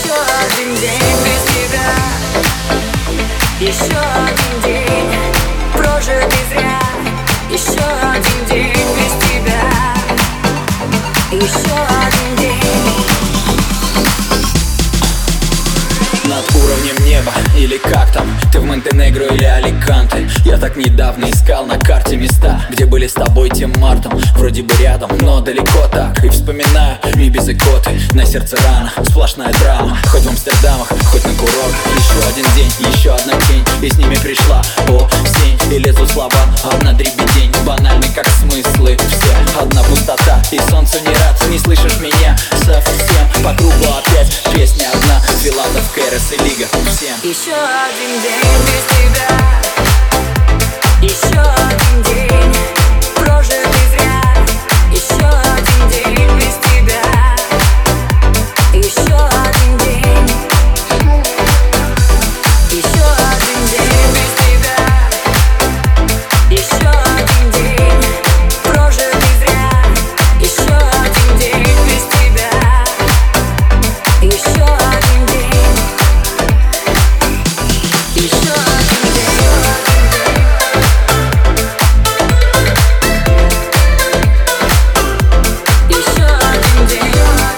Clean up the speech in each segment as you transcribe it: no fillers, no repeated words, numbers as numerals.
Еще один день без тебя, еще один день прожитый зря. Еще один день без тебя, еще один день. Над уровнем неба, или как там, ты в Монтенегро или Аликанте. Я так недавно искал на карте места, где были с тобой тем мартом. Вроде бы рядом, но далеко так. И вспоминаю без икоты, на сердце рана, сплошная драма. Хоть в Амстердамах, хоть на курорт. Еще один день, еще одна тень, и с ними пришла осень. И лезут слова, одна дребедень, банальный как смыслы все. Одна пустота, и солнцу не рад. Не слышишь меня совсем, по кругу опять песня одна. Филатов, Кэрос и Лига, всем. Еще один день без тебя, еще один день прожитый зря. Еще один день без тебя, еще один день. Еще один день без тебя, еще один день прожитый зря. Еще один день без тебя, еще один день. Еще один день. Еще один день.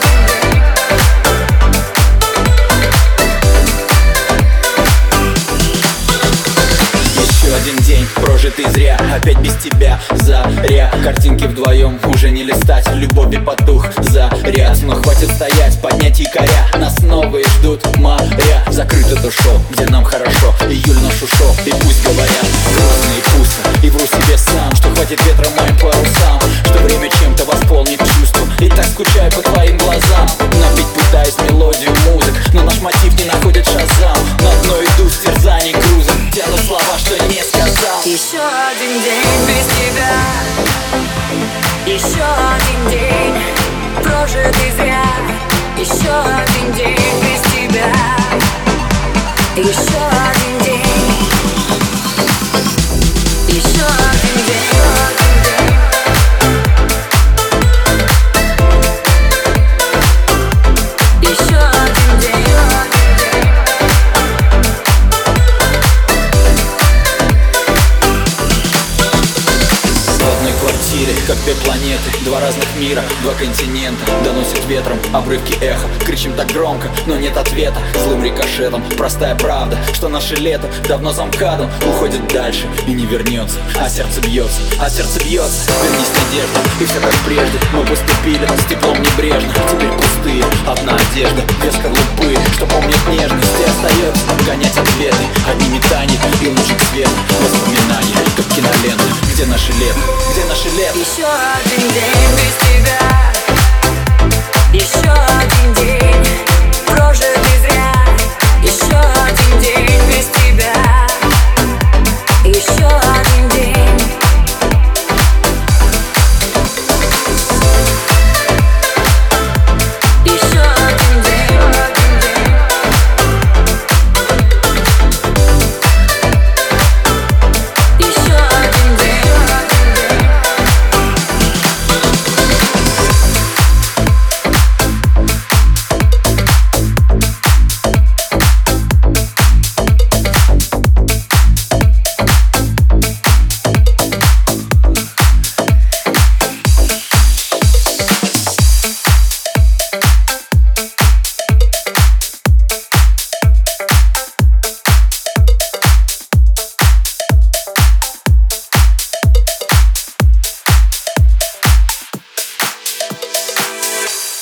Еще один день прожитый зря, опять без тебя заря. Картинки вдвоем уже не листать, любови потух заряд. Но хватит стоять, поднять якоря, нас новые ждут моря. Закрыть это шоу, где нам хорошо, июль наш ушел. И пусть говорят грустно и пусто, и вру себе сам, что хватит ветра моим парусам, что время чем-то восполнит чувство. И так скучаю по твоим глазам, напить пытаюсь мелодию музык, но наш мотив не находит шазам. На дно иду с терзаний грузом, тяну слова, что не сказал. Еще один день без тебя, еще один день прожитый зря. Еще один день без тебя, еще один день. Еще один день. Еще один день. В одной квартире, как две планеты, два разных мира, два континента. Доносит ветром обрывки эха, кричим так громко, но нет ответа. Злым рикошетом, простая правда, что наше лето давно за МКАДом уходит дальше и не вернется. А сердце бьется, вернись надежда, и все как прежде. Мы поступили с теплом небрежно, теперь пустые, одна одежда, без скорлупы